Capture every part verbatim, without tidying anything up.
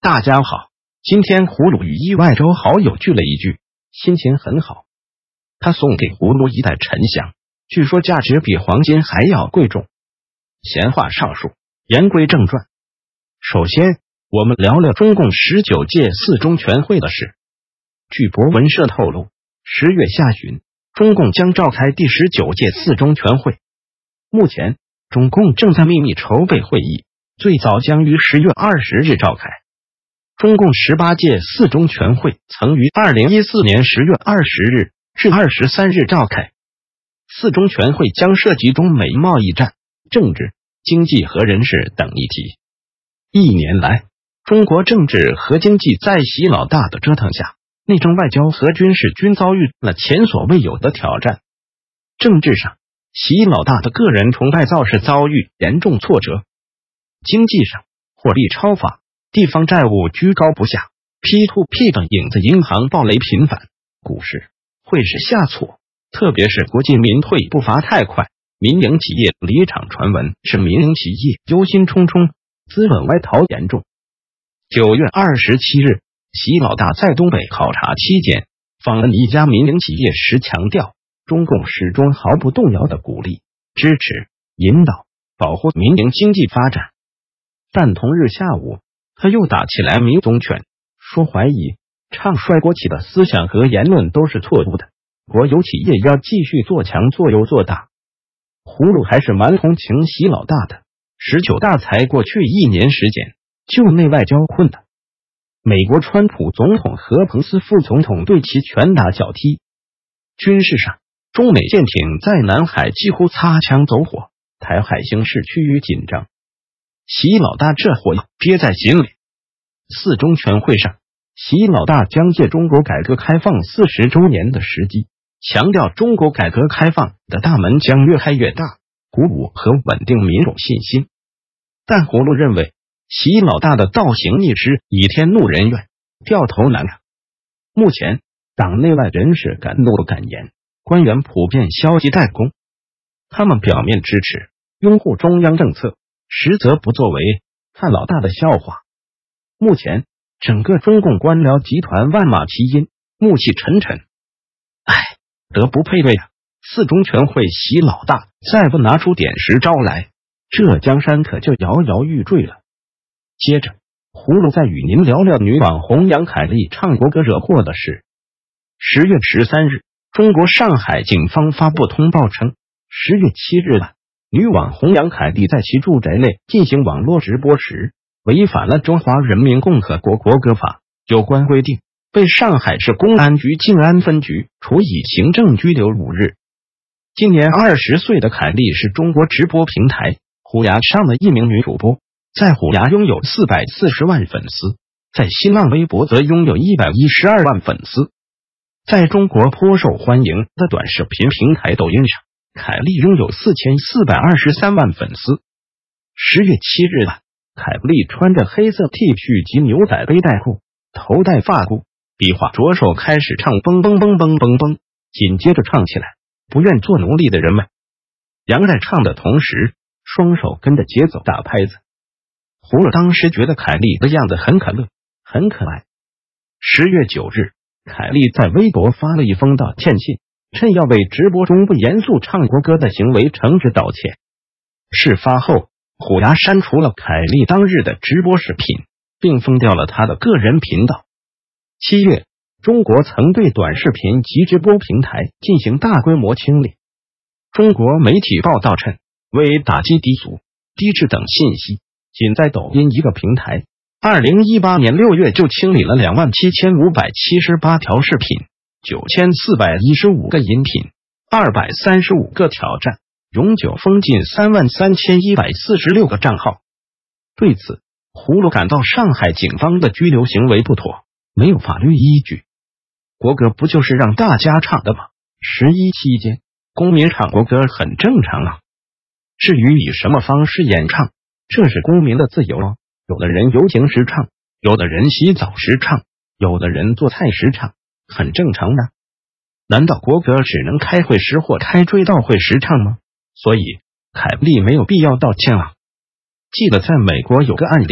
大家好，今天葫芦与意外周好友聚了一聚，心情很好。他送给葫芦一袋沉香，据说价值比黄金还要贵重。闲话少述，言归正传。首先，我们聊聊中共十九届四中全会的事。据博文社透露，十月下旬，中共将召开第十九届四中全会。目前，中共正在秘密筹备会议，最早将于十月二十日召开。中共十八届四中全会曾于二零一四年十月二十日至二十三日召开。四中全会将涉及中美贸易战、政治、经济和人事等议题。一年来，中国政治和经济在习老大的折腾下，内政外交和军事均遭遇了前所未有的挑战。政治上，习老大的个人崇拜造势遭遇严重挫折；经济上，货币超发，地方债务居高不下 ，P to P 等影子银行暴雷频繁，股市、汇市下挫，特别是国进民退步伐太快，民营企业离场传闻是民营企业忧心忡忡，资本外逃严重。九月二十七日，习老大在东北考察期间访问一家民营企业时强调，中共始终毫不动摇地鼓励、支持、引导、保护民营经济发展。但同日下午，他又打起来民宗拳，说怀疑、唱衰国企的思想和言论都是错误的，国有企业要继续做强做优做大。葫芦还是蛮同情习老大的，十九大才过去一年时间，就内外交困难。美国川普总统和彭斯副总统对其拳打脚踢。军事上，中美舰艇在南海几乎擦枪走火，台海形势趋于紧张。习老大这火憋在心里。四中全会上，习老大将借中国改革开放四十周年的时机，强调中国改革开放的大门将越开越大，鼓舞和稳定民众信心。但葫芦认为，习老大的倒行逆施以天怒人怨，掉头难看。目前，党内外人士敢怒不敢言，官员普遍消极怠工，他们表面支持、拥护中央政策，实则不作为，看老大的笑话。目前，整个中共官僚集团万马齐喑，暮气沉沉。唉，德不配位啊！四中全会习老大再不拿出点实招来，这江山可就摇摇欲坠了。接着，葫芦再与您聊聊女网红杨凯丽唱国歌惹祸的事。十月十三日，中国上海警方发布通报称，十月七日晚，女网红杨凯丽在其住宅内进行网络直播时，违反了中华人民共和国国歌法有关规定，被上海市公安局静安分局处以行政拘留五日。今年二十岁的凯丽是中国直播平台虎牙上的一名女主播，在虎牙拥有四百四十万粉丝，在新浪微博则拥有一百一十二万粉丝。在中国颇受欢迎的短视频平台抖音上，凯丽拥有四千四百二十三万粉丝。十月七日晚，凯丽穿着黑色 T 恤及牛仔背带裤，头戴发箍，比划着手开始唱蹦蹦蹦蹦蹦蹦，紧接着唱起来不愿做奴隶的人们。杨在唱的同时，双手跟着节奏打拍子。葫芦当时觉得凯丽的样子很可乐，很可爱。十月九日，凯丽在微博发了一封道歉信，称要为直播中不严肃唱国歌的行为诚挚道歉。事发后，虎牙删除了凯丽当日的直播视频，并封掉了她的个人频道。七月，中国曾对短视频及直播平台进行大规模清理。中国媒体报道称，为打击低俗、低质等信息，仅在抖音一个平台，二零一八年六月就清理了两万七千五百七十八条视频，九千四百一十五个音频，二百三十五个挑战，永久封禁三万三千一百四十六个账号。对此，葫芦感到上海警方的拘留行为不妥，没有法律依据。国歌不就是让大家唱的吗？十一期间，公民唱国歌很正常啊。至于以什么方式演唱，这是公民的自由哦。有的人游行时唱，有的人洗澡时唱，有的人做菜时唱，很正常的。难道国歌只能开会时或开追悼会时唱吗？所以凯丽没有必要道歉啊。记得在美国有个案例，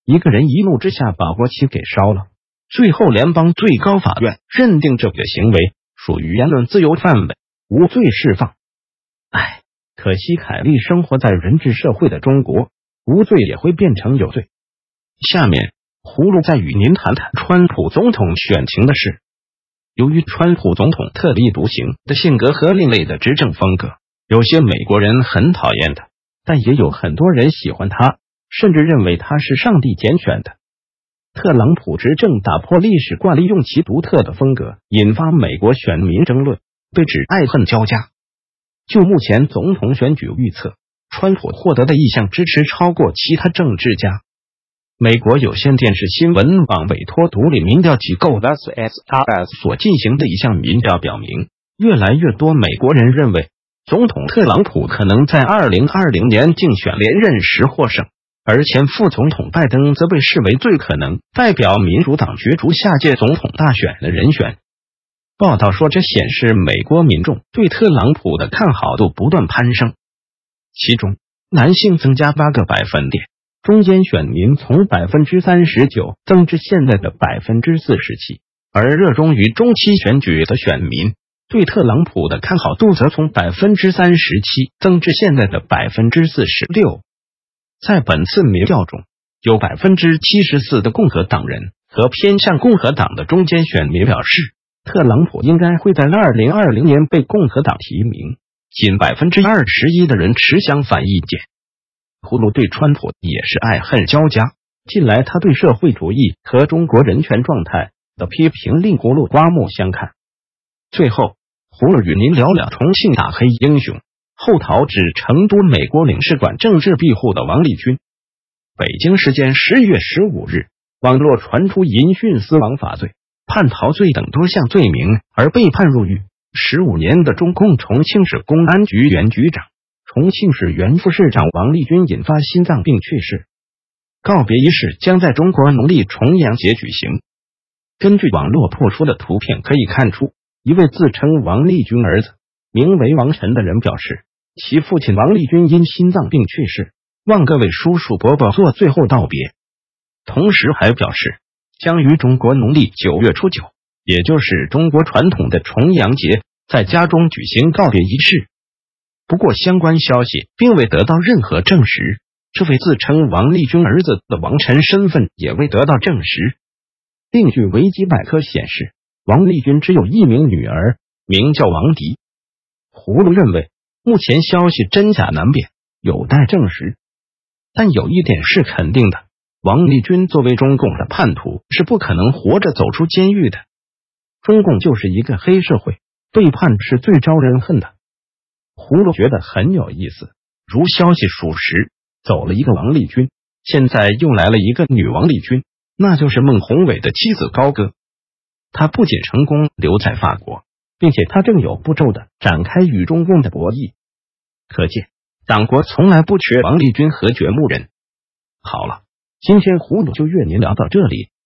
一个人一怒之下把国旗给烧了。最后，联邦最高法院认定这个行为属于言论自由范围，无罪释放。唉，可惜凯利生活在人治社会的中国，无罪也会变成有罪。下面，葫芦再与您谈谈川普总统选情的事。由于川普总统特立独行的性格和另类的执政风格，有些美国人很讨厌他，但也有很多人喜欢他，甚至认为他是上帝拣选的。特朗普执政打破历史惯例，用其独特的风格引发美国选民争论，被指爱恨交加。就目前总统选举预测，川普获得的意向支持超过其他政治家。美国有线电视新闻网委托独立民调机构 S S R S 所进行的一项民调表明，越来越多美国人认为总统特朗普可能在二零二零年竞选连任时获胜，而前副总统拜登则被视为最可能代表民主党角逐下届总统大选的人选。报道说，这显示美国民众对特朗普的看好度不断攀升，其中男性增加八个百分点，中间选民从 百分之三十九 增至现在的 百分之四十七， 而热衷于中期选举的选民对特朗普的看好度则从 百分之三十七 增至现在的 百分之四十六。 在本次民调中，有 百分之七十四 的共和党人和偏向共和党的中间选民表示，特朗普应该会在二零二零年被共和党提名，仅 百分之二十一 的人持相反意见。葫芦对川普也是爱恨交加，近来他对社会主义和中国人权状态的批评令葫芦刮目相看。最后，葫芦与您聊聊重庆打黑英雄后逃至成都美国领事馆政治庇护的王立军。北京时间十月十五日，网络传出淫讯私枉法罪、叛逃罪等多项罪名而被判入狱十五年的中共重庆市公安局原局长、重庆市原副市长王立军引发心脏病去世。告别仪式将在中国农历重阳节举行。根据网络曝出的图片可以看出，一位自称王立军儿子名为王晨的人表示，其父亲王立军因心脏病去世，望各位叔叔伯伯做最后道别。同时还表示，将于中国农历九月初九，也就是中国传统的重阳节，在家中举行告别仪式。不过相关消息并未得到任何证实，这位自称王立军儿子的王晨身份也未得到证实。另据维基百科显示，王立军只有一名女儿，名叫王迪。葫芦认为，目前消息真假难辨，有待证实。但有一点是肯定的，王立军作为中共的叛徒是不可能活着走出监狱的。中共就是一个黑社会，背叛是最招人恨的。葫芦觉得很有意思，如消息属实，走了一个王立军，现在又来了一个女王立军，那就是孟宏伟的妻子高歌。他不仅成功留在法国，并且他正有步骤的展开与中共的博弈。可见党国从来不缺王立军和掘墓人。好了，今天葫芦就约您聊到这里，